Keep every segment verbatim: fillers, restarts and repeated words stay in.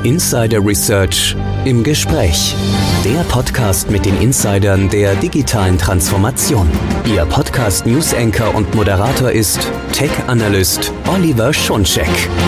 Insider Research im Gespräch. Der Podcast mit den Insidern der digitalen Transformation. Ihr Podcast-News-Anchor und Moderator ist Tech-Analyst Oliver Schoncheck.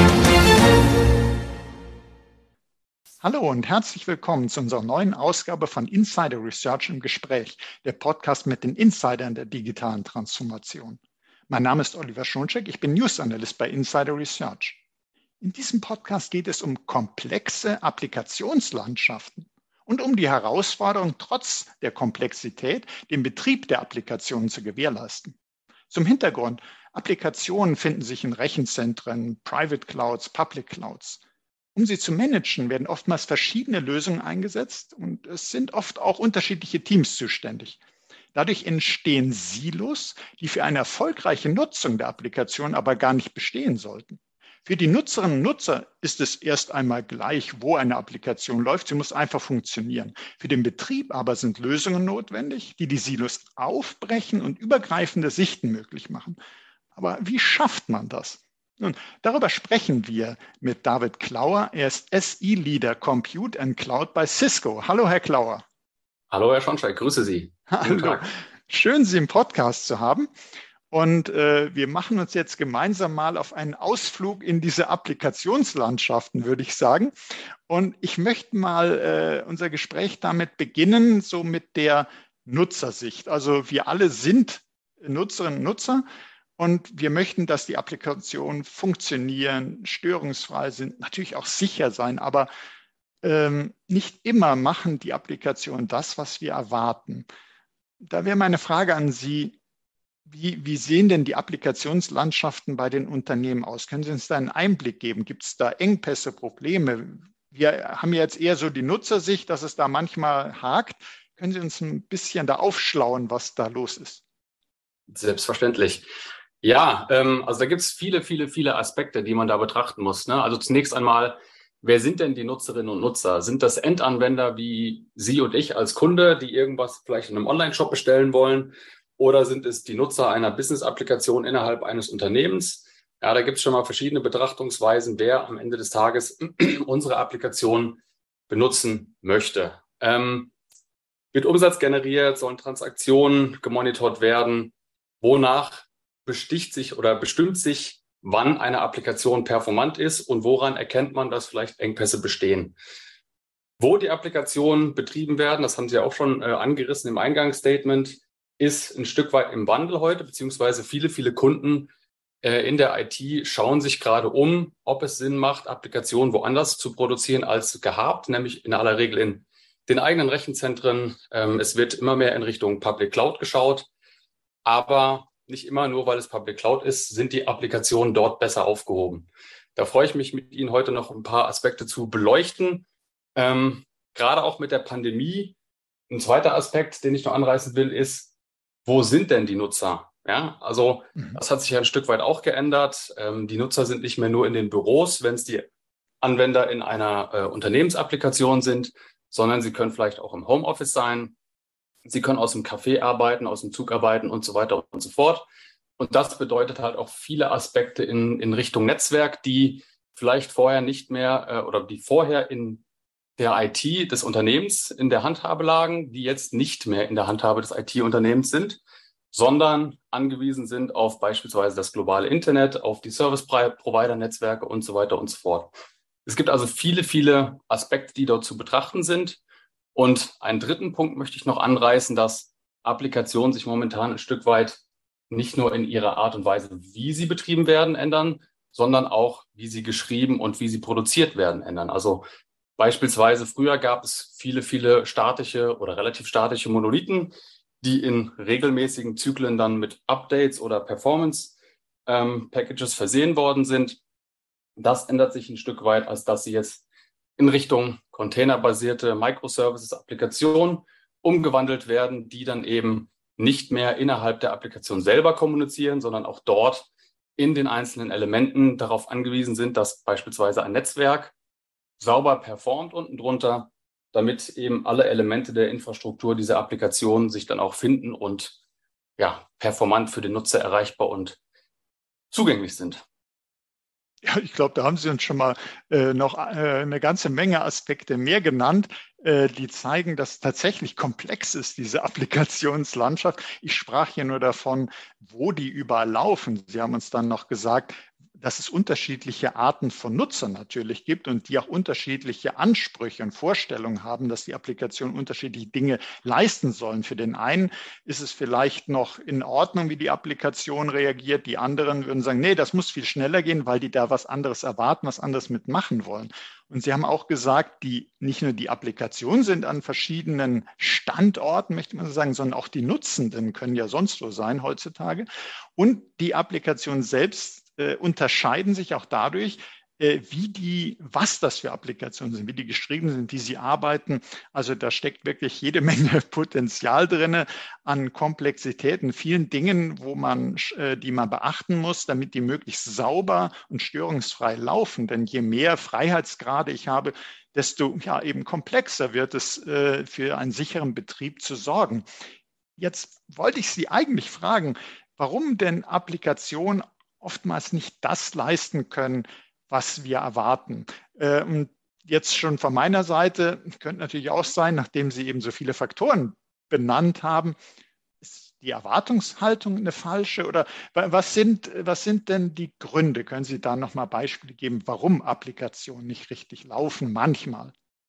Hallo und herzlich willkommen zu unserer neuen Ausgabe von Insider Research im Gespräch, der Podcast mit den Insidern der digitalen Transformation. Mein Name ist Oliver Schoncheck, ich bin News Analyst bei Insider Research. In diesem Podcast geht es um komplexe Applikationslandschaften und um die Herausforderung, trotz der Komplexität den Betrieb der Applikationen zu gewährleisten. Zum Hintergrund: Applikationen finden sich in Rechenzentren, Private Clouds, Public Clouds. Um sie zu managen, werden oftmals verschiedene Lösungen eingesetzt und es sind oft auch unterschiedliche Teams zuständig. Dadurch entstehen Silos, die für eine erfolgreiche Nutzung der Applikation aber gar nicht bestehen sollten. Für die Nutzerinnen und Nutzer ist es erst einmal gleich, wo eine Applikation läuft. Sie muss einfach funktionieren. Für den Betrieb aber sind Lösungen notwendig, die die Silos aufbrechen und übergreifende Sichten möglich machen. Aber wie schafft man das? Nun, darüber sprechen wir mit David Klauer. Er ist S E-Leader Compute and Cloud bei Cisco. Hallo, Herr Klauer. Hallo, Herr Schoncheck, grüße Sie. Hallo, schön, Sie im Podcast zu haben. Und äh, wir machen uns jetzt gemeinsam mal auf einen Ausflug in diese Applikationslandschaften, würde ich sagen. Und ich möchte mal äh, unser Gespräch damit beginnen, so mit der Nutzersicht. Also wir alle sind Nutzerinnen und Nutzer und wir möchten, dass die Applikationen funktionieren, störungsfrei sind, natürlich auch sicher sein, aber ähm, nicht immer machen die Applikationen das, was wir erwarten. Da wäre meine Frage an Sie: Wie, wie sehen denn die Applikationslandschaften bei den Unternehmen aus? Können Sie uns da einen Einblick geben? Gibt es da Engpässe, Probleme? Wir haben jetzt eher so die Nutzersicht, dass es da manchmal hakt. Können Sie uns ein bisschen da aufschlauen, was da los ist? Selbstverständlich. Ja, ähm, also da gibt es viele, viele, viele Aspekte, die man da betrachten muss, ne? Also zunächst einmal, wer sind denn die Nutzerinnen und Nutzer? Sind das Endanwender wie Sie und ich als Kunde, die irgendwas vielleicht in einem Online-Shop bestellen wollen? Oder sind es die Nutzer einer Business-Applikation innerhalb eines Unternehmens? Ja, da gibt es schon mal verschiedene Betrachtungsweisen, wer am Ende des Tages unsere Applikation benutzen möchte. Ähm, wird Umsatz generiert, sollen Transaktionen gemonitort werden? Wonach besticht sich oder bestimmt sich, wann eine Applikation performant ist und woran erkennt man, dass vielleicht Engpässe bestehen? Wo die Applikationen betrieben werden, das haben Sie ja auch schon äh, angerissen im Eingangsstatement, ist ein Stück weit im Wandel heute, beziehungsweise viele, viele Kunden äh, in der I T schauen sich gerade um, ob es Sinn macht, Applikationen woanders zu produzieren als gehabt, nämlich in aller Regel in den eigenen Rechenzentren. Ähm, es wird immer mehr in Richtung Public Cloud geschaut, aber nicht immer nur, weil es Public Cloud ist, sind die Applikationen dort besser aufgehoben. Da freue ich mich, mit Ihnen heute noch ein paar Aspekte zu beleuchten, ähm, gerade auch mit der Pandemie. Ein zweiter Aspekt, den ich noch anreißen will, ist: Wo sind denn die Nutzer? Ja, also mhm. das hat sich ja ein Stück weit auch geändert. Ähm, die Nutzer sind nicht mehr nur in den Büros, wenn es die Anwender in einer äh, Unternehmensapplikation sind, sondern sie können vielleicht auch im Homeoffice sein. Sie können aus dem Café arbeiten, aus dem Zug arbeiten und so weiter und so fort. Und das bedeutet halt auch viele Aspekte in, in Richtung Netzwerk, die vielleicht vorher nicht mehr äh, oder die vorher in der I T des Unternehmens in der Handhabe lagen, die jetzt nicht mehr in der Handhabe des I T-Unternehmens sind, sondern angewiesen sind auf beispielsweise das globale Internet, auf die Service-Provider-Netzwerke und so weiter und so fort. Es gibt also viele, viele Aspekte, die dort zu betrachten sind. Und einen dritten Punkt möchte ich noch anreißen, dass Applikationen sich momentan ein Stück weit nicht nur in ihrer Art und Weise, wie sie betrieben werden, ändern, sondern auch, wie sie geschrieben und wie sie produziert werden, ändern. Also beispielsweise früher gab es viele, viele statische oder relativ statische Monolithen, die in regelmäßigen Zyklen dann mit Updates oder Performance-Packages ähm, versehen worden sind. Das ändert sich ein Stück weit, als dass sie jetzt in Richtung containerbasierte Microservices-Applikationen umgewandelt werden, die dann eben nicht mehr innerhalb der Applikation selber kommunizieren, sondern auch dort in den einzelnen Elementen darauf angewiesen sind, dass beispielsweise ein Netzwerk sauber performt unten drunter, damit eben alle Elemente der Infrastruktur dieser Applikation sich dann auch finden und ja, performant für den Nutzer erreichbar und zugänglich sind. Ja, ich glaube, da haben Sie uns schon mal äh, noch äh, eine ganze Menge Aspekte mehr genannt, äh, die zeigen, dass es tatsächlich komplex ist, diese Applikationslandschaft. Ich sprach hier nur davon, wo die überall laufen. Sie haben uns dann noch gesagt, dass es unterschiedliche Arten von Nutzern natürlich gibt und die auch unterschiedliche Ansprüche und Vorstellungen haben, dass die Applikationen unterschiedliche Dinge leisten sollen. Für den einen ist es vielleicht noch in Ordnung, wie die Applikation reagiert. Die anderen würden sagen, nee, das muss viel schneller gehen, weil die da was anderes erwarten, was anderes mitmachen wollen. Und Sie haben auch gesagt, die, nicht nur die Applikationen sind an verschiedenen Standorten, möchte man so sagen, sondern auch die Nutzenden können ja sonst wo sein heutzutage. Und die Applikation selbst äh, unterscheiden sich auch dadurch, äh, wie die, was das für Applikationen sind, wie die geschrieben sind, wie sie arbeiten. Also da steckt wirklich jede Menge Potenzial drin an Komplexitäten, vielen Dingen, wo man, äh, die man beachten muss, damit die möglichst sauber und störungsfrei laufen. Denn je mehr Freiheitsgrade ich habe, desto ja, eben komplexer wird es, äh, für einen sicheren Betrieb zu sorgen. Jetzt wollte ich Sie eigentlich fragen, warum denn Applikationen oftmals nicht das leisten können, was wir erwarten. Äh, und jetzt schon von meiner Seite könnte natürlich auch sein, nachdem Sie eben so viele Faktoren benannt haben, ist die Erwartungshaltung eine falsche? Oder was sind, was sind denn die Gründe? Können Sie da nochmal Beispiele geben, warum Applikationen nicht richtig laufen manchmal?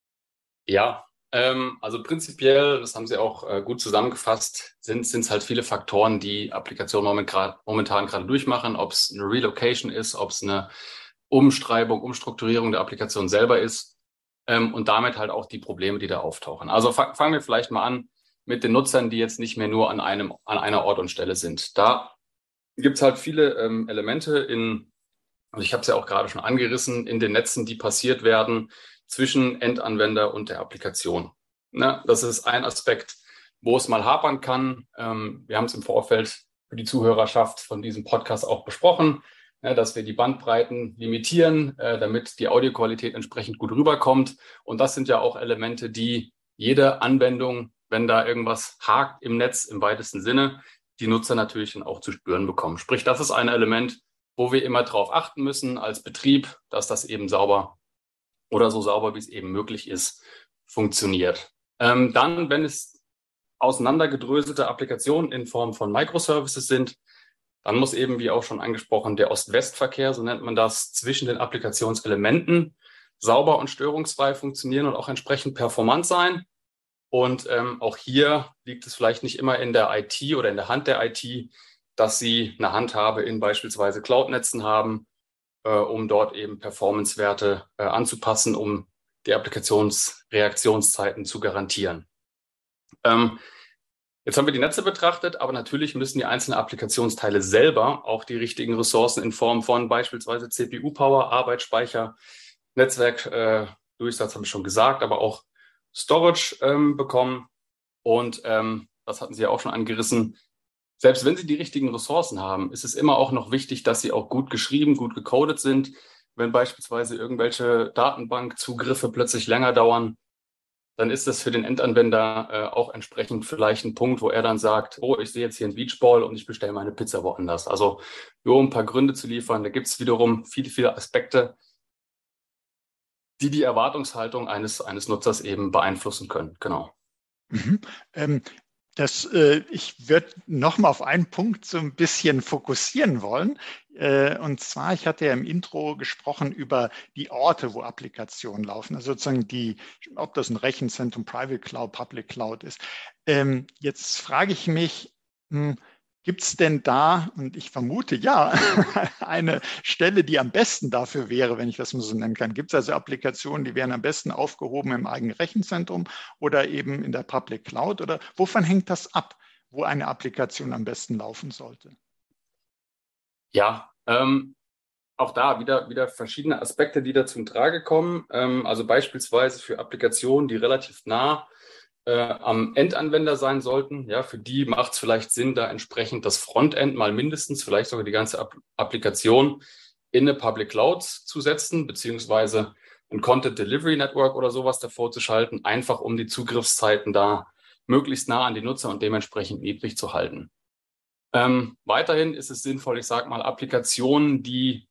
Ja, ähm, also prinzipiell, das haben Sie auch äh, gut zusammengefasst, sind es halt viele Faktoren, die Applikationen momentan, momentan gerade durchmachen, ob es eine Relocation ist, ob es eine Umschreibung, Umstrukturierung der Applikation selber ist ähm, und damit halt auch die Probleme, die da auftauchen. Also fa- fangen wir vielleicht mal an mit den Nutzern, die jetzt nicht mehr nur an einem, an einer Ort und Stelle sind. Da gibt es halt viele ähm, Elemente in, und ich habe es ja auch gerade schon angerissen, in den Netzen, die passiert werden zwischen Endanwender und der Applikation. Ne? Das ist ein Aspekt, wo es mal hapern kann. Ähm, wir haben es im Vorfeld für die Zuhörerschaft von diesem Podcast auch besprochen, ne, dass wir die Bandbreiten limitieren, äh, damit die Audioqualität entsprechend gut rüberkommt. Und das sind ja auch Elemente, die jede Anwendung, wenn da irgendwas hakt im Netz im weitesten Sinne, die Nutzer natürlich dann auch zu spüren bekommen. Sprich, das ist ein Element, wo wir immer darauf achten müssen als Betrieb, dass das eben sauber oder so sauber, wie es eben möglich ist, funktioniert. Ähm, dann, wenn es auseinandergedröselte Applikationen in Form von Microservices sind, dann muss eben, wie auch schon angesprochen, der Ost-West-Verkehr, so nennt man das, zwischen den Applikationselementen sauber und störungsfrei funktionieren und auch entsprechend performant sein. Und ähm, auch hier liegt es vielleicht nicht immer in der I T oder in der Hand der I T, dass sie eine Handhabe in beispielsweise Cloud-Netzen haben, äh, um dort eben Performance-Werte äh, anzupassen, um die Applikationsreaktionszeiten zu garantieren. Ähm, jetzt haben wir die Netze betrachtet, aber natürlich müssen die einzelnen Applikationsteile selber auch die richtigen Ressourcen in Form von beispielsweise C P U-Power, Arbeitsspeicher, Netzwerk, äh, Durchsatz habe ich schon gesagt, aber auch Storage ähm, bekommen. Und ähm, das hatten Sie ja auch schon angerissen. Selbst wenn Sie die richtigen Ressourcen haben, ist es immer auch noch wichtig, dass sie auch gut geschrieben, gut gecodet sind. Wenn beispielsweise irgendwelche Datenbankzugriffe plötzlich länger dauern, dann ist das für den Endanwender äh, auch entsprechend vielleicht ein Punkt, wo er dann sagt, oh, ich sehe jetzt hier einen Beachball und ich bestelle meine Pizza woanders. Also nur um ein paar Gründe zu liefern, da gibt es wiederum viele, viele Aspekte, die die Erwartungshaltung eines, eines Nutzers eben beeinflussen können. Genau. Mhm. Ähm, das, äh, ich würde noch mal auf einen Punkt so ein bisschen fokussieren wollen. Äh, und zwar, ich hatte ja im Intro gesprochen über die Orte, wo Applikationen laufen. Also sozusagen die, ob das ein Rechenzentrum, Private Cloud, Public Cloud ist. Ähm, jetzt frage ich mich, hm, gibt es denn da, und ich vermute ja, eine Stelle, die am besten dafür wäre, wenn ich das mal so nennen kann? Gibt es also Applikationen, die wären am besten aufgehoben im eigenen Rechenzentrum oder eben in der Public Cloud? Oder wovon hängt das ab, wo eine Applikation am besten laufen sollte? Ja, ähm, auch da wieder, wieder verschiedene Aspekte, die da zum Trage kommen. Ähm, also beispielsweise für Applikationen, die relativ nah äh, am Endanwender sein sollten. Ja, für die macht es vielleicht Sinn, da entsprechend das Frontend mal mindestens, vielleicht sogar die ganze App Applikation in eine Public Cloud zu setzen, beziehungsweise ein Content Delivery Network oder sowas davor zu schalten, einfach um die Zugriffszeiten da möglichst nah an die Nutzer und dementsprechend niedrig zu halten. Ähm, weiterhin ist es sinnvoll, ich sage mal, Applikationen, die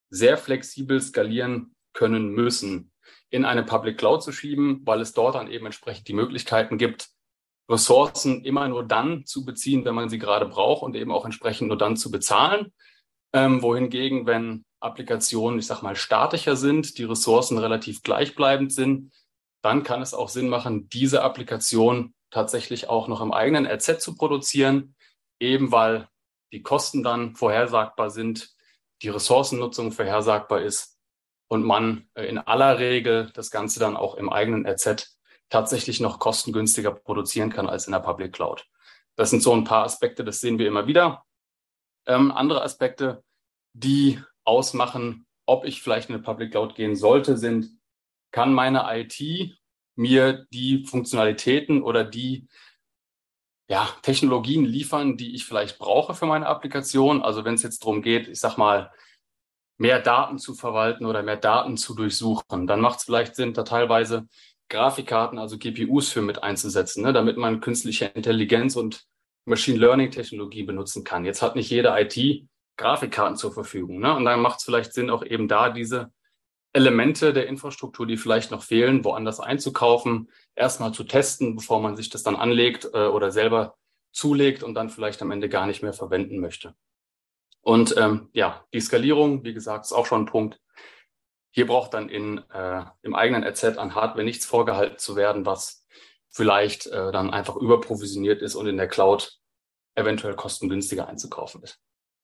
sehr flexibel skalieren können müssen, in eine Public Cloud zu schieben, weil es dort dann eben entsprechend die Möglichkeiten gibt, Ressourcen immer nur dann zu beziehen, wenn man sie gerade braucht und eben auch entsprechend nur dann zu bezahlen. Ähm, wohingegen, wenn Applikationen, ich sag mal, statischer sind, die Ressourcen relativ gleichbleibend sind, dann kann es auch Sinn machen, diese Applikation tatsächlich auch noch im eigenen R Z zu produzieren, eben weil die Kosten dann vorhersagbar sind, die Ressourcennutzung vorhersagbar ist und man in aller Regel das Ganze dann auch im eigenen R Z tatsächlich noch kostengünstiger produzieren kann als in der Public Cloud. Das sind so ein paar Aspekte, das sehen wir immer wieder. Ähm, andere Aspekte, die ausmachen, ob ich vielleicht in eine Public Cloud gehen sollte, sind, kann meine I T mir die Funktionalitäten oder die ja, Technologien liefern, die ich vielleicht brauche für meine Applikation. Also wenn es jetzt darum geht, ich sag mal, mehr Daten zu verwalten oder mehr Daten zu durchsuchen, dann macht es vielleicht Sinn, da teilweise Grafikkarten, also G P Us für mit einzusetzen, ne, damit man künstliche Intelligenz und Machine Learning Technologie benutzen kann. Jetzt hat nicht jede I T Grafikkarten zur Verfügung, ne? Und dann macht es vielleicht Sinn, auch eben da diese Elemente der Infrastruktur, die vielleicht noch fehlen, woanders einzukaufen, erstmal zu testen, bevor man sich das dann anlegt äh, oder selber zulegt und dann vielleicht am Ende gar nicht mehr verwenden möchte. Und ähm, ja, die Skalierung, wie gesagt, ist auch schon ein Punkt. Hier braucht dann in, äh, im eigenen R Z an Hardware nichts vorgehalten zu werden, was vielleicht äh, dann einfach überprovisioniert ist und in der Cloud eventuell kostengünstiger einzukaufen ist.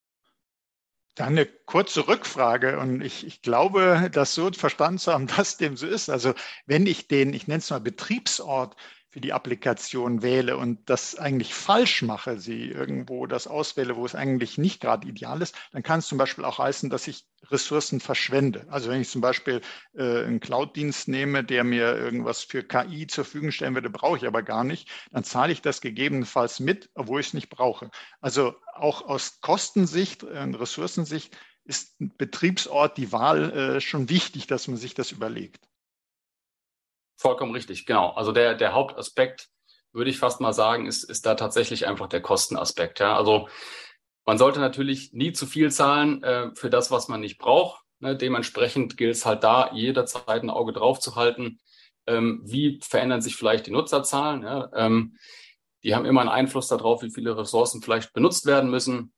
Dann eine kurze Rückfrage und ich, ich glaube, das so verstanden zu haben, dass dem so ist. Also wenn ich den, ich nenne es mal Betriebsort für die Applikation wähle und das eigentlich falsch mache, sie irgendwo das auswähle, wo es eigentlich nicht gerade ideal ist, dann kann es zum Beispiel auch heißen, dass ich Ressourcen verschwende. Also wenn ich zum Beispiel äh, einen Cloud-Dienst nehme, der mir irgendwas für K I zur Verfügung stellen würde, brauche ich aber gar nicht, dann zahle ich das gegebenenfalls mit, obwohl ich es nicht brauche. Also auch aus Kostensicht und äh, Ressourcensicht ist ein Betriebsort, die Wahl äh, schon wichtig, dass man sich das überlegt. Vollkommen richtig, genau. Also der, der Hauptaspekt, würde ich fast mal sagen, ist, ist da tatsächlich einfach der Kostenaspekt. Ja? Also man sollte natürlich nie zu viel zahlen äh, für das, was man nicht braucht. Ne? Dementsprechend gilt es halt da, jederzeit ein Auge drauf zu halten. Ähm, wie verändern sich vielleicht die Nutzerzahlen? Ja? Ähm, die haben immer einen Einfluss darauf, wie viele Ressourcen vielleicht benutzt werden müssen.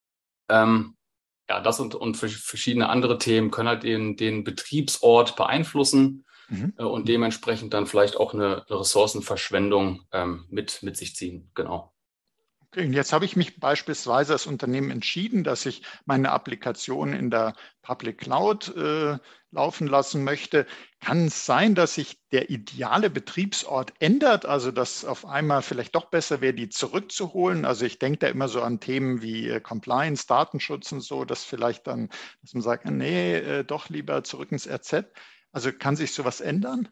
Ähm, ja, das und, und verschiedene andere Themen können halt den, den Betriebsort beeinflussen. Mhm. Und dementsprechend dann vielleicht auch eine Ressourcenverschwendung ähm, mit, mit sich ziehen. Genau. Okay, und jetzt habe ich mich beispielsweise als Unternehmen entschieden, dass ich meine Applikation in der Public Cloud äh, laufen lassen möchte. Kann es sein, dass sich der ideale Betriebsort ändert, also dass auf einmal vielleicht doch besser wäre, die zurückzuholen? Also ich denke da immer so an Themen wie äh, Compliance, Datenschutz und so, dass vielleicht dann, dass man sagt, nee, äh, doch lieber zurück ins R Z. Also kann sich sowas ändern?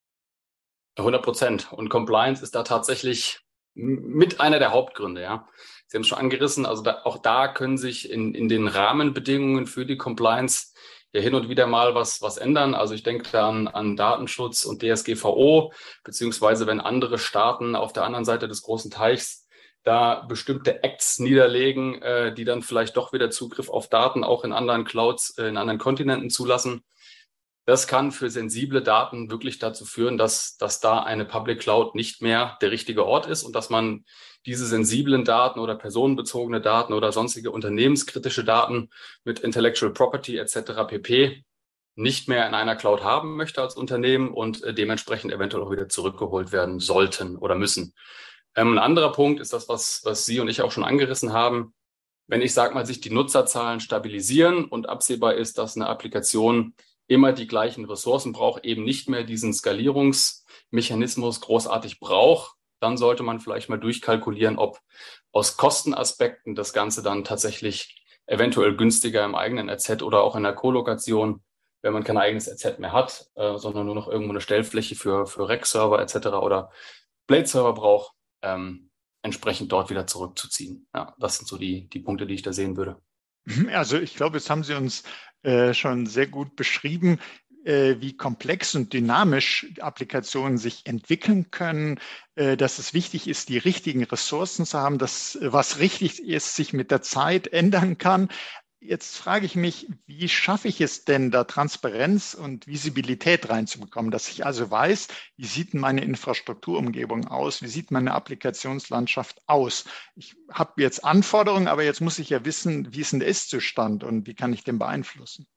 hundert Prozent. Und Compliance ist da tatsächlich mit einer der Hauptgründe. Ja, Sie haben es schon angerissen. Also da, auch da können sich in, in den Rahmenbedingungen für die Compliance ja hin und wieder mal was, was ändern. Also ich denke da an, an Datenschutz und D S G V O, beziehungsweise wenn andere Staaten auf der anderen Seite des großen Teichs da bestimmte Acts niederlegen, äh, die dann vielleicht doch wieder Zugriff auf Daten auch in anderen Clouds, äh, in anderen Kontinenten zulassen. Das kann für sensible Daten wirklich dazu führen, dass, dass da eine Public Cloud nicht mehr der richtige Ort ist und dass man diese sensiblen Daten oder personenbezogene Daten oder sonstige unternehmenskritische Daten mit Intellectual Property et cetera pp. Nicht mehr in einer Cloud haben möchte als Unternehmen und äh, dementsprechend eventuell auch wieder zurückgeholt werden sollten oder müssen. Ähm, ein anderer Punkt ist das, was, was Sie und ich auch schon angerissen haben. Wenn ich sage mal, sich die Nutzerzahlen stabilisieren und absehbar ist, dass eine Applikation immer die gleichen Ressourcen braucht, eben nicht mehr diesen Skalierungsmechanismus großartig braucht, dann sollte man vielleicht mal durchkalkulieren, ob aus Kostenaspekten das Ganze dann tatsächlich eventuell günstiger im eigenen R Z oder auch in der Kolokation, wenn man kein eigenes R Z mehr hat, äh, sondern nur noch irgendwo eine Stellfläche für, für Rack-Server et cetera oder Blade-Server braucht, ähm, entsprechend dort wieder zurückzuziehen. Ja, das sind so die, die Punkte, die ich da sehen würde. Also ich glaube, jetzt haben Sie uns äh, schon sehr gut beschrieben, äh, wie komplex und dynamisch Applikationen sich entwickeln können, äh, dass es wichtig ist, die richtigen Ressourcen zu haben, dass was richtig ist, sich mit der Zeit ändern kann. Jetzt frage ich mich, wie schaffe ich es denn, da Transparenz und Visibilität reinzubekommen, dass ich also weiß, wie sieht meine Infrastrukturumgebung aus, wie sieht meine Applikationslandschaft aus. Ich habe jetzt Anforderungen, aber jetzt muss ich ja wissen, wie ist denn der Ist-Zustand und wie kann ich den beeinflussen?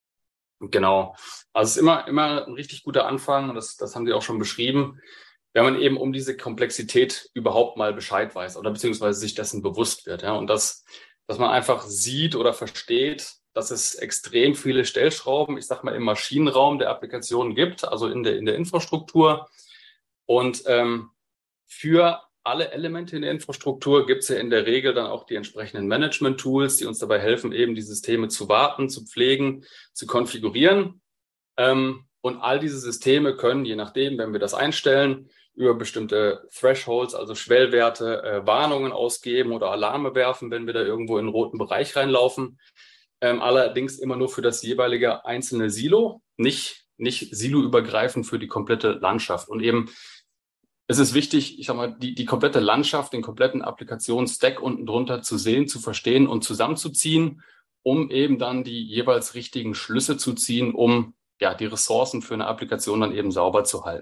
Genau. Also es ist immer, immer ein richtig guter Anfang, und das, das haben Sie auch schon beschrieben, wenn man eben um diese Komplexität überhaupt mal Bescheid weiß oder beziehungsweise sich dessen bewusst wird. Ja, und das, dass man einfach sieht oder versteht, dass es extrem viele Stellschrauben, ich sag mal, im Maschinenraum der Applikationen gibt, also in der, in der Infrastruktur. Und ähm, für alle Elemente in der Infrastruktur gibt es ja in der Regel dann auch die entsprechenden Management-Tools, die uns dabei helfen, eben die Systeme zu warten, zu pflegen, zu konfigurieren. Ähm, und all diese Systeme können, je nachdem, wenn wir das einstellen, über bestimmte Thresholds, also Schwellwerte, äh, Warnungen ausgeben oder Alarme werfen, wenn wir da irgendwo in den roten Bereich reinlaufen. Ähm, allerdings immer nur für das jeweilige einzelne Silo, nicht, nicht siloübergreifend für die komplette Landschaft. Und eben es ist wichtig, ich sag mal, die, die komplette Landschaft, den kompletten Applikationsstack unten drunter zu sehen, zu verstehen und zusammenzuziehen, um eben dann die jeweils richtigen Schlüsse zu ziehen, um ja die Ressourcen für eine Applikation dann eben sauber zu halten.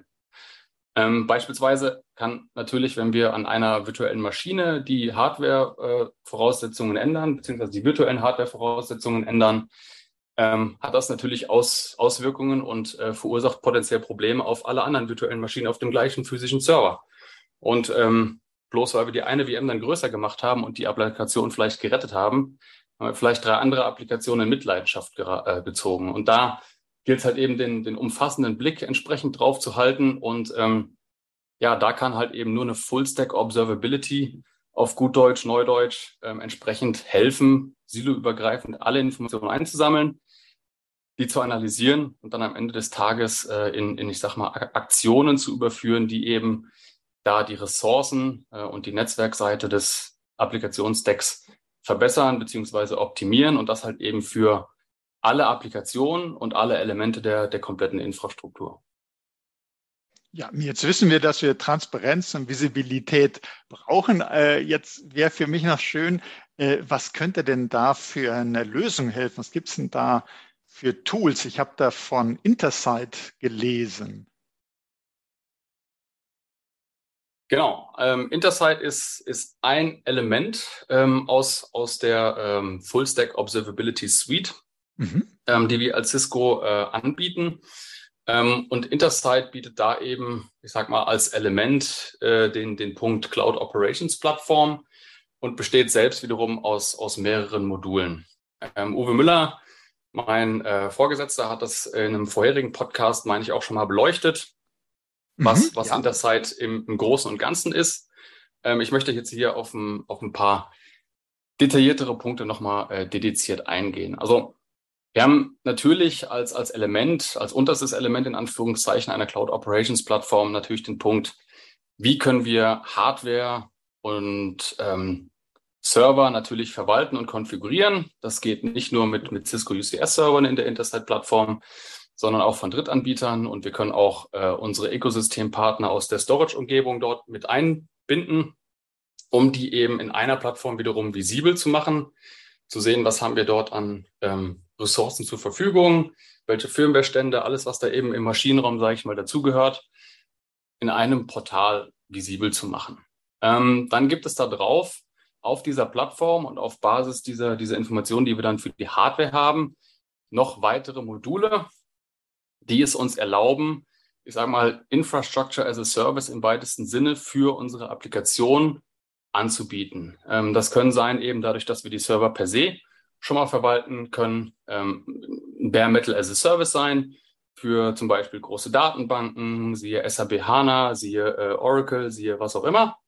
Ähm, beispielsweise kann natürlich, wenn wir an einer virtuellen Maschine die Hardware-Voraussetzungen äh, ändern, beziehungsweise die virtuellen Hardware-Voraussetzungen ändern, ähm, hat das natürlich Aus, Auswirkungen und äh, verursacht potenziell Probleme auf alle anderen virtuellen Maschinen auf dem gleichen physischen Server. Und ähm, bloß weil wir die eine V M dann größer gemacht haben und die Applikation vielleicht gerettet haben, haben wir vielleicht drei andere Applikationen in Mitleidenschaft gera- äh, gezogen. Und da gilt es halt eben, den, den umfassenden Blick entsprechend drauf zu halten. Und ähm, ja, da kann halt eben nur eine Full-Stack Observability auf gut Deutsch, Neudeutsch ähm, entsprechend helfen, siloübergreifend alle Informationen einzusammeln, die zu analysieren und dann am Ende des Tages äh, in, in, ich sag mal, Aktionen zu überführen, die eben da die Ressourcen äh, und die Netzwerkseite des Applikationsstacks verbessern bzw. optimieren und das halt eben für alle Applikationen und alle Elemente der, der kompletten Infrastruktur. Ja, jetzt wissen wir, dass wir Transparenz und Visibilität brauchen. Äh, jetzt wäre für mich noch schön, äh, was könnte denn da für eine Lösung helfen? Was gibt es denn da für Tools? Ich habe da von Intersight gelesen. Genau, ähm, Intersight ist, ist ein Element ähm, aus, aus der ähm, Full-Stack Observability Suite, mhm. ähm, die wir als Cisco äh, anbieten. Ähm, und Intersight bietet da eben, ich sag mal, als Element äh, den, den Punkt Cloud Operations Plattform und besteht selbst wiederum aus, aus mehreren Modulen. Ähm, Uwe Müller, mein äh, Vorgesetzter, hat das in einem vorherigen Podcast, meine ich, auch schon mal beleuchtet, was, mhm, was ja. Intersight im, im Großen und Ganzen ist. Ähm, ich möchte jetzt hier auf ein, auf ein paar detailliertere Punkte nochmal äh, dediziert eingehen. Also wir haben natürlich als, als Element, als unterstes Element in Anführungszeichen einer Cloud Operations Plattform natürlich den Punkt, wie können wir Hardware und ähm, Server natürlich verwalten und konfigurieren. Das geht nicht nur mit, mit Cisco U C S-Servern in der Intersight-Plattform, sondern auch von Drittanbietern. Und wir können auch äh, unsere Ökosystempartner aus der Storage-Umgebung dort mit einbinden, um die eben in einer Plattform wiederum visibel zu machen, zu sehen, was haben wir dort an ähm, Ressourcen zur Verfügung, welche Firmware-Stände, alles, was da eben im Maschinenraum, sage ich mal, dazugehört, in einem Portal visibel zu machen. Ähm, dann gibt es da drauf, auf dieser Plattform und auf Basis dieser, dieser Informationen, die wir dann für die Hardware haben, noch weitere Module, die es uns erlauben, ich sage mal, Infrastructure as a Service im weitesten Sinne für unsere Applikation anzubieten. Ähm, das können sein eben dadurch, dass wir die Server per se schon mal verwalten können, ähm, Bare Metal as a Service sein für zum Beispiel große Datenbanken, siehe S A P HANA, siehe äh, Oracle, siehe was auch immer.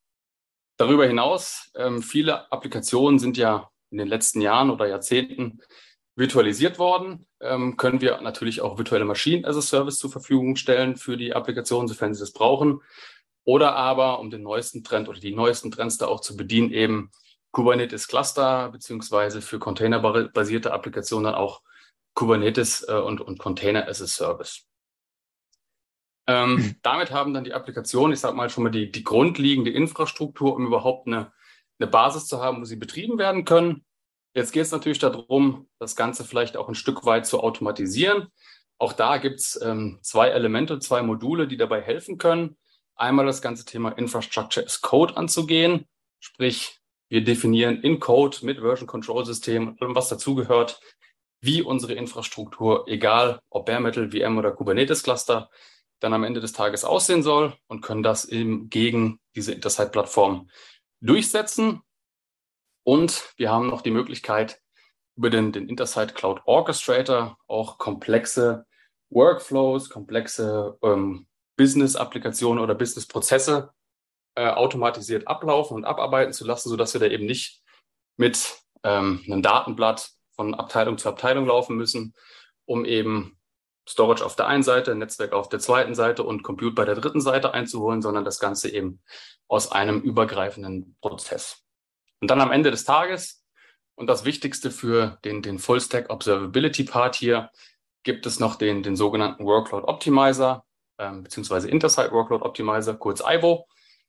Darüber hinaus, ähm, viele Applikationen sind ja in den letzten Jahren oder Jahrzehnten virtualisiert worden, ähm, können wir natürlich auch virtuelle Maschinen as a Service zur Verfügung stellen für die Applikationen, sofern sie das brauchen. Oder aber, um den neuesten Trend oder die neuesten Trends da auch zu bedienen, eben Kubernetes Cluster, beziehungsweise für containerbasierte Applikationen dann auch Kubernetes äh, und, und Container as a Service. Ähm, mhm. Damit haben dann die Applikationen, ich sage mal schon mal die, die grundlegende Infrastruktur, um überhaupt eine, eine Basis zu haben, wo sie betrieben werden können. Jetzt geht es natürlich darum, das Ganze vielleicht auch ein Stück weit zu automatisieren. Auch da gibt es ähm, zwei Elemente, zwei Module, die dabei helfen können. Einmal das ganze Thema Infrastructure as Code anzugehen, sprich wir definieren in Code mit Version Control System und allem, was dazugehört, wie unsere Infrastruktur, egal ob Bare Metal, V M oder Kubernetes Cluster, dann am Ende des Tages aussehen soll und können das eben gegen diese Intersite-Plattform durchsetzen. Und wir haben noch die Möglichkeit, über den, den Intersite Cloud Orchestrator auch komplexe Workflows, komplexe ähm, Business-Applikationen oder Business-Prozesse äh, automatisiert ablaufen und abarbeiten zu lassen, sodass wir da eben nicht mit ähm, einem Datenblatt von Abteilung zu Abteilung laufen müssen, um eben Storage auf der einen Seite, Netzwerk auf der zweiten Seite und Compute bei der dritten Seite einzuholen, sondern das Ganze eben aus einem übergreifenden Prozess. Und dann am Ende des Tages, und das Wichtigste für den, den Full-Stack Observability-Part hier, gibt es noch den, den sogenannten Workload Optimizer, ähm, beziehungsweise Intersite Workload Optimizer, kurz I V O,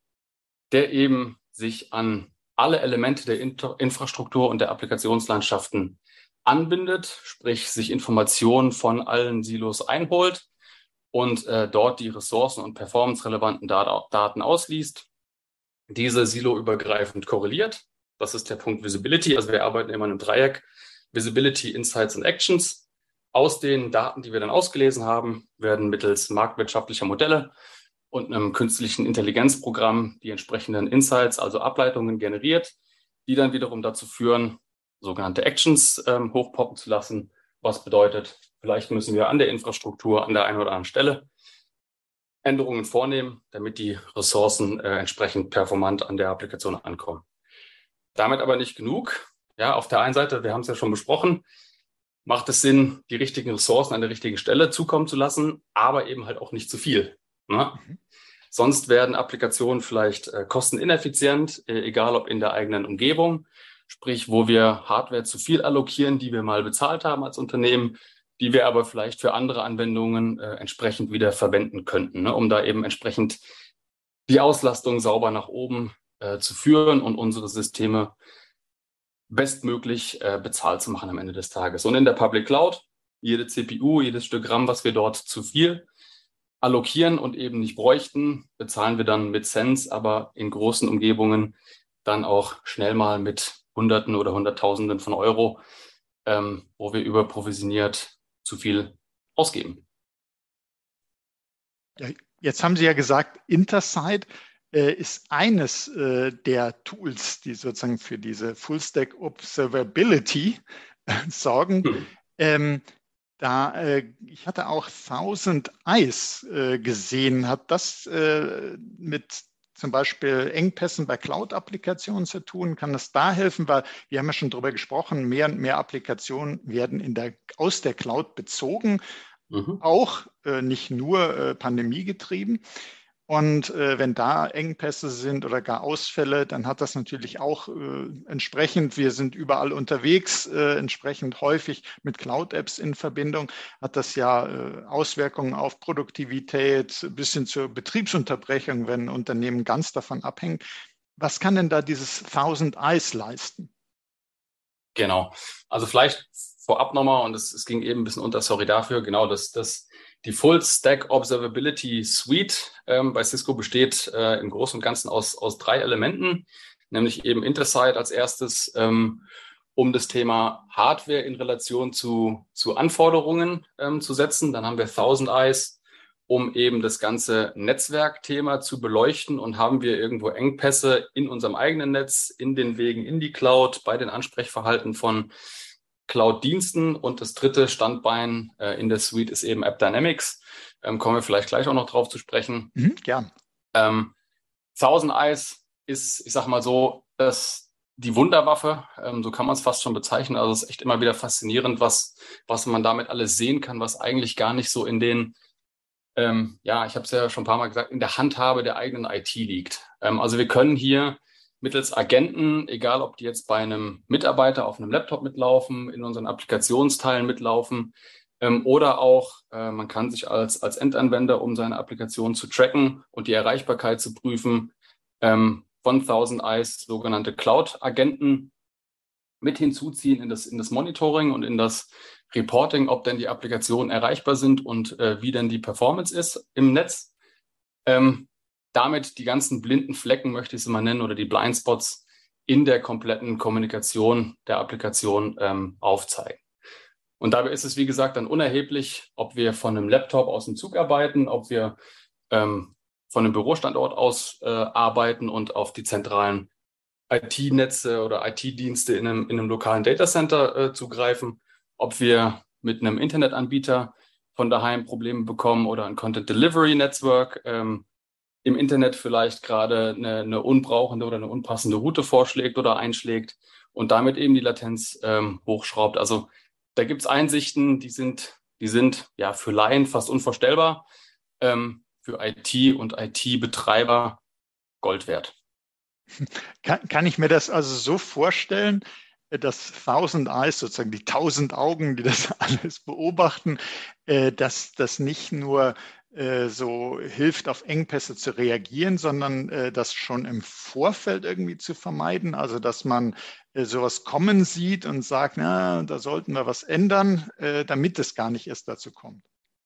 der eben sich an alle Elemente der Inter- Infrastruktur und der Applikationslandschaften anbindet, sprich sich Informationen von allen Silos einholt und äh, dort die ressourcen- und performance-relevanten Dat- Daten ausliest, diese siloübergreifend korreliert. Das ist der Punkt Visibility. Also wir arbeiten immer in einem Dreieck. Visibility, Insights und Actions. Aus den Daten, die wir dann ausgelesen haben, werden mittels marktwirtschaftlicher Modelle und einem künstlichen Intelligenzprogramm die entsprechenden Insights, also Ableitungen generiert, die dann wiederum dazu führen, sogenannte Actions ähm, hochpoppen zu lassen. Was bedeutet, vielleicht müssen wir an der Infrastruktur an der einen oder anderen Stelle Änderungen vornehmen, damit die Ressourcen äh, entsprechend performant an der Applikation ankommen. Damit aber nicht genug. Ja, auf der einen Seite, wir haben es ja schon besprochen, macht es Sinn, die richtigen Ressourcen an der richtigen Stelle zukommen zu lassen, aber eben halt auch nicht zu viel. Ne? Mhm. Sonst werden Applikationen vielleicht äh, kostenineffizient, äh, egal ob in der eigenen Umgebung, sprich, wo wir Hardware zu viel allokieren, die wir mal bezahlt haben als Unternehmen, die wir aber vielleicht für andere Anwendungen äh, entsprechend wieder verwenden könnten, ne? Um da eben entsprechend die Auslastung sauber nach oben äh, zu führen und unsere Systeme bestmöglich äh, bezahlt zu machen am Ende des Tages. Und in der Public Cloud, jede C P U, jedes Stück RAM, was wir dort zu viel allokieren und eben nicht bräuchten, bezahlen wir dann mit Cents, aber in großen Umgebungen dann auch schnell mal mit Hunderten oder Hunderttausenden von Euro, ähm, wo wir überprovisioniert zu viel ausgeben. Ja, jetzt haben Sie ja gesagt, Intersite äh, ist eines äh, der Tools, die sozusagen für diese Full-Stack Observability äh, sorgen. Hm. Ähm, da, äh, ich hatte auch Thousand Eyes äh, gesehen. Hat das äh, mit zum Beispiel Engpässen bei Cloud-Applikationen zu tun? Kann das da helfen? Weil wir haben ja schon darüber gesprochen, mehr und mehr Applikationen werden in der, aus der Cloud bezogen. Mhm. Auch äh, nicht nur äh, pandemiegetrieben. Und äh, wenn da Engpässe sind oder gar Ausfälle, dann hat das natürlich auch äh, entsprechend, wir sind überall unterwegs, äh, entsprechend häufig mit Cloud-Apps in Verbindung, hat das ja äh, Auswirkungen auf Produktivität bis hin zur Betriebsunterbrechung, wenn ein Unternehmen ganz davon abhängt. Was kann denn da dieses Thousand Eyes leisten? Genau. Also vielleicht vorab nochmal, und es, es ging eben ein bisschen unter, sorry dafür, genau, dass das die Full Stack Observability Suite ähm, bei Cisco besteht äh, im Großen und Ganzen aus, aus drei Elementen, nämlich eben Intersite als erstes, ähm, um das Thema Hardware in Relation zu, zu Anforderungen ähm, zu setzen. Dann haben wir Thousand Eyes, um eben das ganze Netzwerkthema zu beleuchten, und haben wir irgendwo Engpässe in unserem eigenen Netz, in den Wegen in die Cloud, bei den Ansprechverhalten von Cloud-Diensten. Und das dritte Standbein äh, in der Suite ist eben AppDynamics. Ähm, kommen wir vielleicht gleich auch noch drauf zu sprechen. Mhm, gern. Ähm, Thousand Eyes ist, ich sag mal so, das, die Wunderwaffe, ähm, so kann man es fast schon bezeichnen. Also es ist echt immer wieder faszinierend, was, was man damit alles sehen kann, was eigentlich gar nicht so in den, ähm, ja, ich habe es ja schon ein paar Mal gesagt, in der Handhabe der eigenen I T liegt. Ähm, also wir können hier mittels Agenten, egal ob die jetzt bei einem Mitarbeiter auf einem Laptop mitlaufen, in unseren Applikationsteilen mitlaufen, ähm, oder auch, äh, man kann sich als, als Endanwender, um seine Applikation zu tracken und die Erreichbarkeit zu prüfen, ähm, von Thousand Eyes sogenannte Cloud-Agenten mit hinzuziehen in das, in das Monitoring und in das Reporting, ob denn die Applikationen erreichbar sind und äh, wie denn die Performance ist im Netz. Ähm, damit die ganzen blinden Flecken, möchte ich es mal nennen, oder die Blindspots in der kompletten Kommunikation der Applikation ähm, aufzeigen. Und dabei ist es, wie gesagt, dann unerheblich, ob wir von einem Laptop aus dem Zug arbeiten, ob wir ähm, von einem Bürostandort aus äh, arbeiten und auf die zentralen I T-Netze oder I T-Dienste in einem, in einem lokalen Datacenter äh, zugreifen, ob wir mit einem Internetanbieter von daheim Probleme bekommen oder ein Content Delivery Network ähm, im Internet vielleicht gerade eine, eine unbrauchende oder eine unpassende Route vorschlägt oder einschlägt und damit eben die Latenz ähm, hochschraubt. Also da gibt es Einsichten, die sind, die sind ja für Laien fast unvorstellbar, ähm, für I T und I T-Betreiber Gold wert. Kann, kann ich mir das also so vorstellen, dass Thousand Eyes, sozusagen die tausend Augen, die das alles beobachten, äh, dass das nicht nur äh, so hilft, auf Engpässe zu reagieren, sondern äh, das schon im Vorfeld irgendwie zu vermeiden, also dass man äh, sowas kommen sieht und sagt, na, da sollten wir was ändern, äh, damit es gar nicht erst dazu kommt.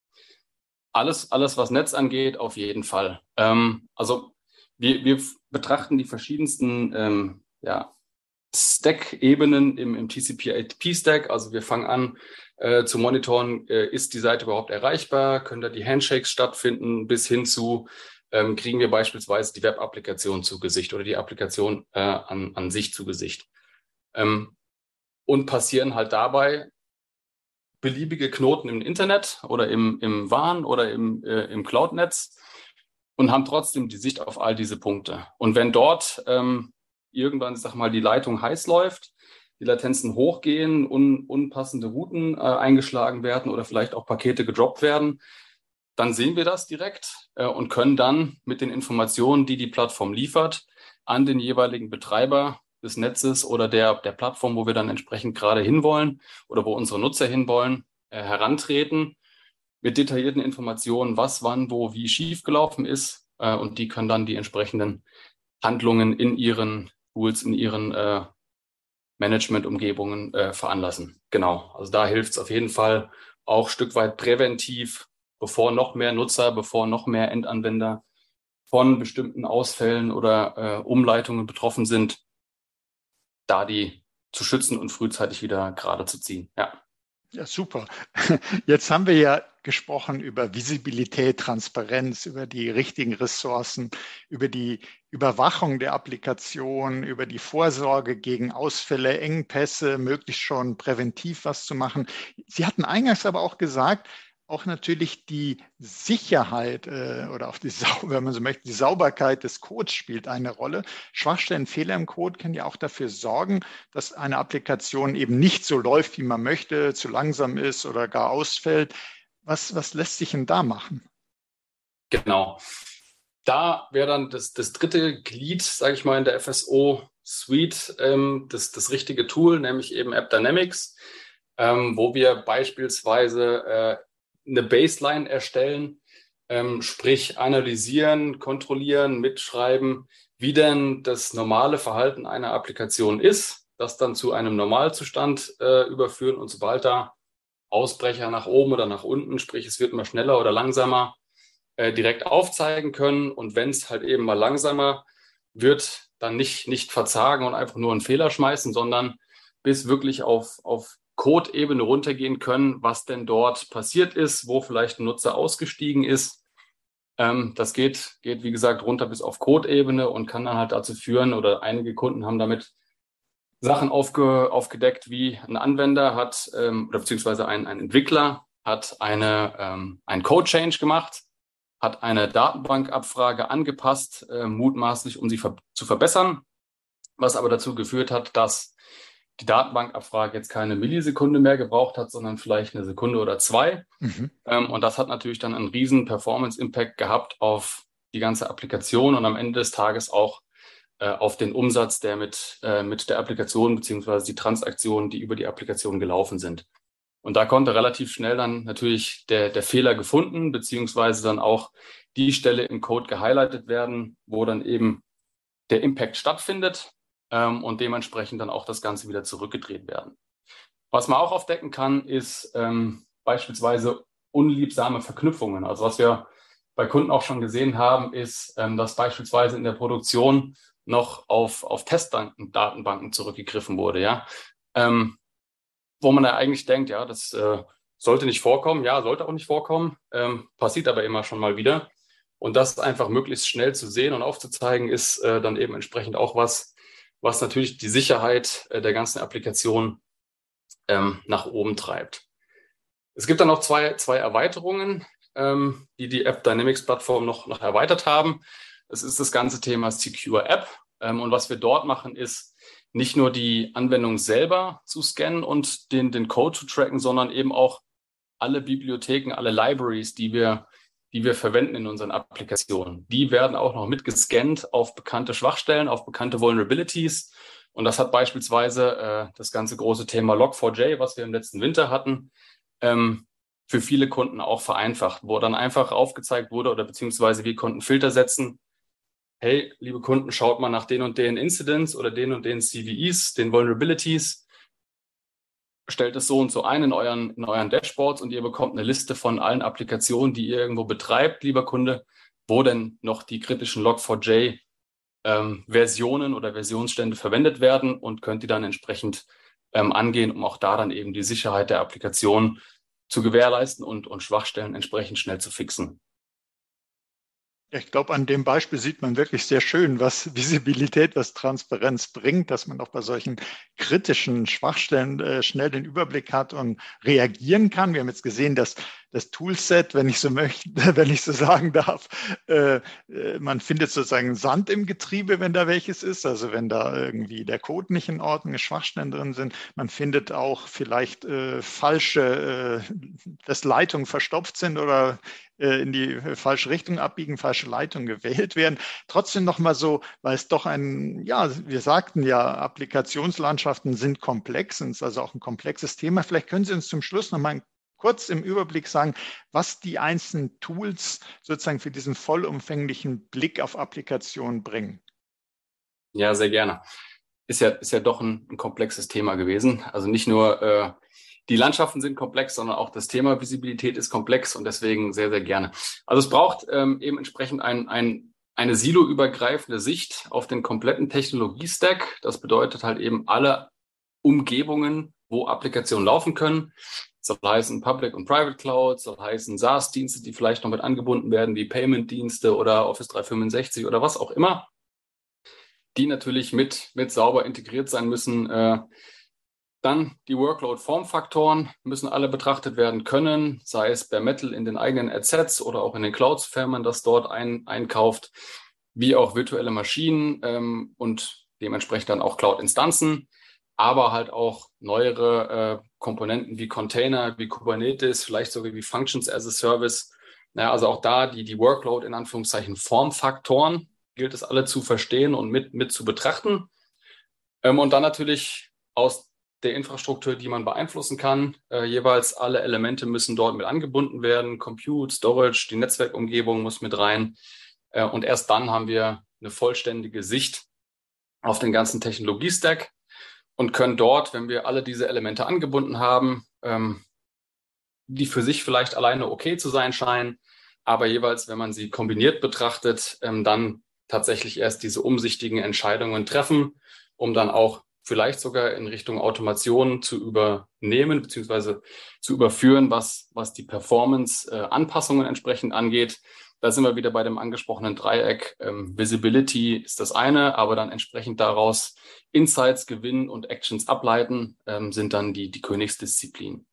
Alles, alles, was Netz angeht, auf jeden Fall. Ähm, also wir, wir betrachten die verschiedensten ähm, ja, Stack-Ebenen im, im T C P I P-Stack. Also wir fangen an äh, zu monitoren, äh, ist die Seite überhaupt erreichbar, können da die Handshakes stattfinden, bis hin zu, ähm, kriegen wir beispielsweise die Web-Applikation zu Gesicht oder die Applikation äh, an, an sich zu Gesicht. Ähm, und passieren halt dabei beliebige Knoten im Internet oder im, im W A N oder im, äh, im Cloud-Netz und haben trotzdem die Sicht auf all diese Punkte. Und wenn dort ähm, irgendwann, sag mal, die Leitung heiß läuft, die Latenzen hochgehen, un, unpassende Routen äh, eingeschlagen werden oder vielleicht auch Pakete gedroppt werden, dann sehen wir das direkt äh, und können dann mit den Informationen, die die Plattform liefert, an den jeweiligen Betreiber des Netzes oder der, der Plattform, wo wir dann entsprechend gerade hinwollen oder wo unsere Nutzer hinwollen, äh, herantreten mit detaillierten Informationen, was, wann, wo, wie schiefgelaufen ist. Äh, und die können dann die entsprechenden Handlungen in ihren Tools, in ihren äh, Management-Umgebungen äh, veranlassen. Genau, also da hilft es auf jeden Fall auch ein Stück weit präventiv, bevor noch mehr Nutzer, bevor noch mehr Endanwender von bestimmten Ausfällen oder äh, Umleitungen betroffen sind, da die zu schützen und frühzeitig wieder gerade zu ziehen. Ja. Ja, super. Jetzt haben wir ja gesprochen über Visibilität, Transparenz, über die richtigen Ressourcen, über die Überwachung der Applikation, über die Vorsorge gegen Ausfälle, Engpässe, möglichst schon präventiv was zu machen. Sie hatten eingangs aber auch gesagt, auch natürlich die Sicherheit äh, oder auch die, wenn man so möchte, die Sauberkeit des Codes spielt eine Rolle. Schwachstellen, Fehler im Code können ja auch dafür sorgen, dass eine Applikation eben nicht so läuft, wie man möchte, zu langsam ist oder gar ausfällt. Was, was lässt sich denn da machen? Genau. Da wäre dann das, das dritte Glied, sage ich mal, in der F S O-Suite ähm, das, das richtige Tool, nämlich eben AppDynamics, ähm, wo wir beispielsweise äh, eine Baseline erstellen, ähm, sprich analysieren, kontrollieren, mitschreiben, wie denn das normale Verhalten einer Applikation ist, das dann zu einem Normalzustand äh, überführen und sobald da Ausbrecher nach oben oder nach unten, sprich es wird immer schneller oder langsamer, äh, direkt aufzeigen können und wenn es halt eben mal langsamer wird, dann nicht, nicht verzagen und einfach nur einen Fehler schmeißen, sondern bis wirklich auf, auf Code-Ebene runtergehen können, was denn dort passiert ist, wo vielleicht ein Nutzer ausgestiegen ist. Ähm, das geht, geht, wie gesagt, runter bis auf Code-Ebene und kann dann halt dazu führen, oder einige Kunden haben damit Sachen aufge, aufgedeckt, wie ein Anwender hat, ähm, oder beziehungsweise ein, ein Entwickler hat eine, ähm, einen Code-Change gemacht, hat eine Datenbankabfrage angepasst, äh, mutmaßlich, um sie ver- zu verbessern, was aber dazu geführt hat, dass die Datenbankabfrage jetzt keine Millisekunde mehr gebraucht hat, sondern vielleicht eine Sekunde oder zwei. Mhm. Ähm, und das hat natürlich dann einen riesen Performance-Impact gehabt auf die ganze Applikation und am Ende des Tages auch äh, auf den Umsatz, der mit, äh, mit der Applikation beziehungsweise die Transaktionen, die über die Applikation gelaufen sind. Und da konnte relativ schnell dann natürlich der, der Fehler gefunden, beziehungsweise dann auch die Stelle im Code gehighlightet werden, wo dann eben der Impact stattfindet. ähm, und dementsprechend dann auch das Ganze wieder zurückgedreht werden. Was man auch aufdecken kann, ist ähm, beispielsweise unliebsame Verknüpfungen. Also was wir bei Kunden auch schon gesehen haben, ist, ähm, dass beispielsweise in der Produktion noch auf, auf Testbanken, Datenbanken zurückgegriffen wurde, ja. Ähm, wo man da eigentlich denkt, ja, das äh, sollte nicht vorkommen, ja, sollte auch nicht vorkommen, ähm, passiert aber immer schon mal wieder. Und das einfach möglichst schnell zu sehen und aufzuzeigen, ist äh, dann eben entsprechend auch was, was natürlich die Sicherheit äh, der ganzen Applikation ähm, nach oben treibt. Es gibt dann noch zwei, zwei Erweiterungen, ähm, die die App Dynamics Plattform noch, noch erweitert haben. Das ist das ganze Thema Secure App. Ähm, und was wir dort machen, ist nicht nur die Anwendung selber zu scannen und den, den Code zu tracken, sondern eben auch alle Bibliotheken, alle Libraries, die wir, die wir verwenden in unseren Applikationen. Die werden auch noch mitgescannt auf bekannte Schwachstellen, auf bekannte Vulnerabilities. Und das hat beispielsweise äh, das ganze große Thema log four j, was wir im letzten Winter hatten, ähm, für viele Kunden auch vereinfacht, wo dann einfach aufgezeigt wurde oder beziehungsweise wir konnten Filter setzen. Hey, liebe Kunden, schaut mal nach den und den Incidents oder den und den C V Es, den Vulnerabilities. Stellt es so und so ein in euren, in euren Dashboards und ihr bekommt eine Liste von allen Applikationen, die ihr irgendwo betreibt, lieber Kunde, wo denn noch die kritischen log four j ähm, Versionen oder Versionsstände verwendet werden und könnt die dann entsprechend ähm, angehen, um auch da dann eben die Sicherheit der Applikation zu gewährleisten und, und Schwachstellen entsprechend schnell zu fixen. Ich glaube, an dem Beispiel sieht man wirklich sehr schön, was Visibilität, was Transparenz bringt, dass man auch bei solchen kritischen Schwachstellen äh, schnell den Überblick hat und reagieren kann. Wir haben jetzt gesehen, dass das Toolset, wenn ich so möchte, wenn ich so sagen darf, äh, man findet sozusagen Sand im Getriebe, wenn da welches ist, also wenn da irgendwie der Code nicht in Ordnung ist, Schwachstellen drin sind. Man findet auch vielleicht äh, falsche, äh, dass Leitungen verstopft sind oder äh, in die falsche Richtung abbiegen, falsche Leitungen gewählt werden. Trotzdem nochmal so, weil es doch ein, ja, wir sagten ja, Applikationslandschaften sind komplex, und es ist also auch ein komplexes Thema. Vielleicht können Sie uns zum Schluss nochmal kurz im Überblick sagen, was die einzelnen Tools sozusagen für diesen vollumfänglichen Blick auf Applikationen bringen. Ja, sehr gerne. Ist ja, ist ja doch ein, ein komplexes Thema gewesen. Also nicht nur äh, die Landschaften sind komplex, sondern auch das Thema Visibilität ist komplex und deswegen sehr, sehr gerne. Also es braucht ähm, eben entsprechend ein, ein, eine siloübergreifende Sicht auf den kompletten Technologie-Stack. Das bedeutet halt eben alle Umgebungen, wo Applikationen laufen können. Das soll heißen Public und Private Cloud, soll heißen SaaS-Dienste, die vielleicht noch mit angebunden werden, wie Payment-Dienste oder Office dreihundertfünfundsechzig oder was auch immer, die natürlich mit, mit sauber integriert sein müssen. Äh, dann die Workload-Formfaktoren müssen alle betrachtet werden können, sei es bare metal in den eigenen Assets oder auch in den Clouds, sofern man das dort ein, einkauft, wie auch virtuelle Maschinen ähm, und dementsprechend dann auch Cloud-Instanzen, aber halt auch neuere äh, Komponenten wie Container, wie Kubernetes, vielleicht sogar wie Functions as a Service. Naja, also auch da die, die Workload in Anführungszeichen Formfaktoren gilt es alle zu verstehen und mit, mit zu betrachten. Ähm, und dann natürlich aus der Infrastruktur, die man beeinflussen kann, äh, jeweils alle Elemente müssen dort mit angebunden werden. Compute, Storage, die Netzwerkumgebung muss mit rein. Äh, und erst dann haben wir eine vollständige Sicht auf den ganzen Technologie-Stack und können dort, wenn wir alle diese Elemente angebunden haben, ähm, die für sich vielleicht alleine okay zu sein scheinen, aber jeweils, wenn man sie kombiniert betrachtet, ähm, dann tatsächlich erst diese umsichtigen Entscheidungen treffen, um dann auch vielleicht sogar in Richtung Automation zu übernehmen bzw. zu überführen, was, was die Performance-Anpassungen äh, entsprechend angeht. Da sind wir wieder bei dem angesprochenen Dreieck. Ähm, Visibility ist das eine, aber dann entsprechend daraus Insights gewinnen und Actions ableiten, ähm, sind dann die, die Königsdisziplinen.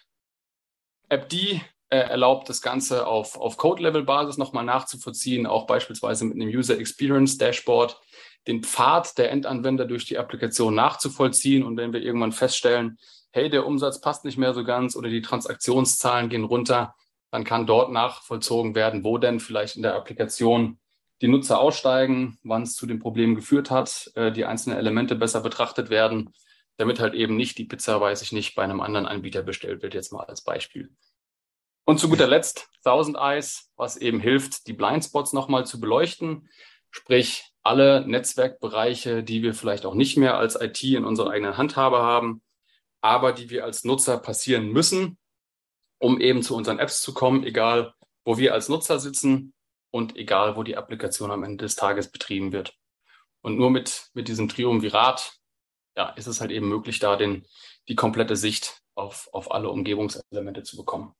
App D äh, erlaubt das Ganze auf, auf Code-Level-Basis nochmal nachzuvollziehen, auch beispielsweise mit einem User Experience Dashboard, den Pfad der Endanwender durch die Applikation nachzuvollziehen. Und wenn wir irgendwann feststellen, hey, der Umsatz passt nicht mehr so ganz oder die Transaktionszahlen gehen runter, dann kann dort nachvollzogen werden, wo denn vielleicht in der Applikation die Nutzer aussteigen, wann es zu den Problemen geführt hat, äh, die einzelnen Elemente besser betrachtet werden, damit halt eben nicht die Pizza, weiß ich nicht, bei einem anderen Anbieter bestellt wird, jetzt mal als Beispiel. Und zu guter Letzt Thousand Eyes, was eben hilft, die Blindspots nochmal zu beleuchten. Sprich, alle Netzwerkbereiche, die wir vielleicht auch nicht mehr als I T in unserer eigenen Handhabe haben, aber die wir als Nutzer passieren müssen, um eben zu unseren Apps zu kommen, egal wo wir als Nutzer sitzen und egal wo die Applikation am Ende des Tages betrieben wird. Und nur mit, mit diesem Triumvirat, ja, ist es halt eben möglich, da den, die komplette Sicht auf, auf alle Umgebungselemente zu bekommen.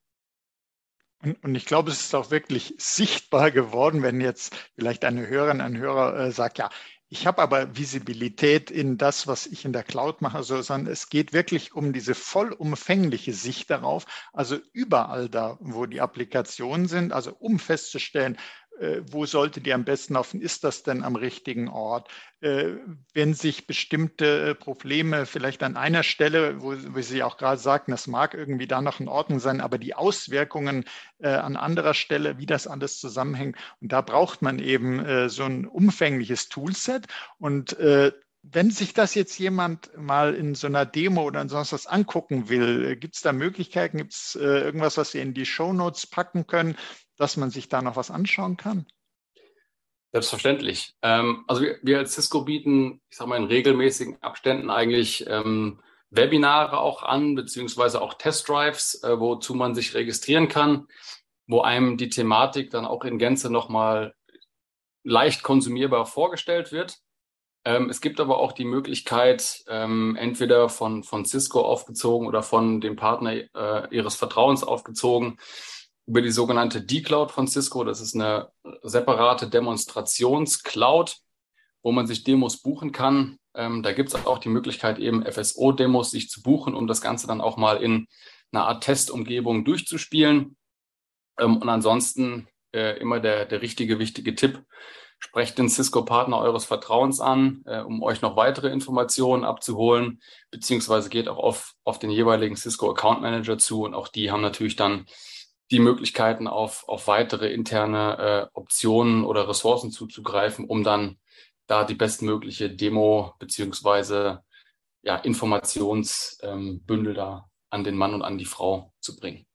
Und, und ich glaube, es ist auch wirklich sichtbar geworden, wenn jetzt vielleicht eine Hörerin, ein Hörer äh, sagt, ja, ich habe aber Visibilität in das, was ich in der Cloud mache, so, sondern es geht wirklich um diese vollumfängliche Sicht darauf, also überall da, wo die Applikationen sind, also um festzustellen, wo sollte die am besten laufen? Ist das denn am richtigen Ort? Wenn sich bestimmte Probleme vielleicht an einer Stelle, wo, wo Sie auch gerade sagten, das mag irgendwie da noch in Ordnung sein, aber die Auswirkungen an anderer Stelle, wie das alles zusammenhängt, und da braucht man eben so ein umfängliches Toolset. Und wenn sich das jetzt jemand mal in so einer Demo oder sonst was angucken will, gibt es da Möglichkeiten, gibt es irgendwas, was wir in die Shownotes packen können, dass man sich da noch was anschauen kann? Selbstverständlich. Ähm, also wir, wir als Cisco bieten, ich sage mal, in regelmäßigen Abständen eigentlich ähm, Webinare auch an, beziehungsweise auch Testdrives, äh, wozu man sich registrieren kann, wo einem die Thematik dann auch in Gänze nochmal leicht konsumierbar vorgestellt wird. Ähm, es gibt aber auch die Möglichkeit, ähm, entweder von, von Cisco aufgezogen oder von dem Partner äh, ihres Vertrauens aufgezogen, über die sogenannte D-Cloud von Cisco. Das ist eine separate Demonstrationscloud, wo man sich Demos buchen kann. Ähm, da gibt es auch die Möglichkeit, eben F S O-Demos sich zu buchen, um das Ganze dann auch mal in einer Art Testumgebung durchzuspielen. Ähm, und ansonsten äh, immer der, der richtige, wichtige Tipp: Sprecht den Cisco-Partner eures Vertrauens an, äh, um euch noch weitere Informationen abzuholen, beziehungsweise geht auch auf, auf den jeweiligen Cisco-Account Manager zu, und auch die haben natürlich dann die Möglichkeiten, auf, auf weitere interne äh, Optionen oder Ressourcen zuzugreifen, um dann da die bestmögliche Demo beziehungsweise ja, Informationsbündel ähm, da an den Mann und an die Frau zu bringen.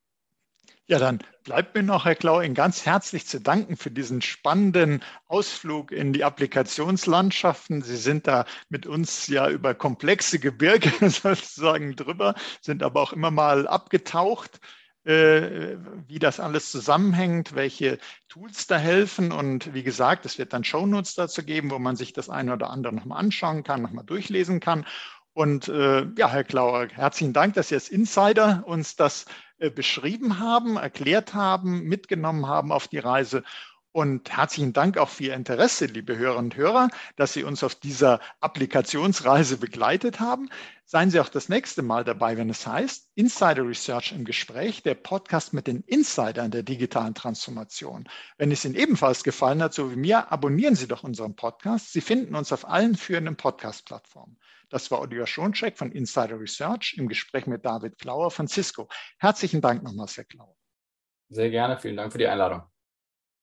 Ja, dann bleibt mir noch, Herr Klau, Ihnen ganz herzlich zu danken für diesen spannenden Ausflug in die Applikationslandschaften. Sie sind da mit uns ja über komplexe Gebirge sozusagen drüber, sind aber auch immer mal abgetaucht, äh, wie das alles zusammenhängt, welche Tools da helfen. Und wie gesagt, es wird dann Shownotes dazu geben, wo man sich das eine oder andere nochmal anschauen kann, nochmal durchlesen kann. Und äh, ja, Herr Klauer, herzlichen Dank, dass Sie als Insider uns das äh, beschrieben haben, erklärt haben, mitgenommen haben auf die Reise. Und herzlichen Dank auch für Ihr Interesse, liebe Hörerinnen und Hörer, dass Sie uns auf dieser Applikationsreise begleitet haben. Seien Sie auch das nächste Mal dabei, wenn es heißt Insider Research im Gespräch, der Podcast mit den Insidern der digitalen Transformation. Wenn es Ihnen ebenfalls gefallen hat, so wie mir, abonnieren Sie doch unseren Podcast. Sie finden uns auf allen führenden Podcast-Plattformen. Das war Oliver Schoncheck von Insider Research im Gespräch mit David Klauer von Cisco. Herzlichen Dank nochmals, Herr Klauer. Sehr gerne. Vielen Dank für die Einladung.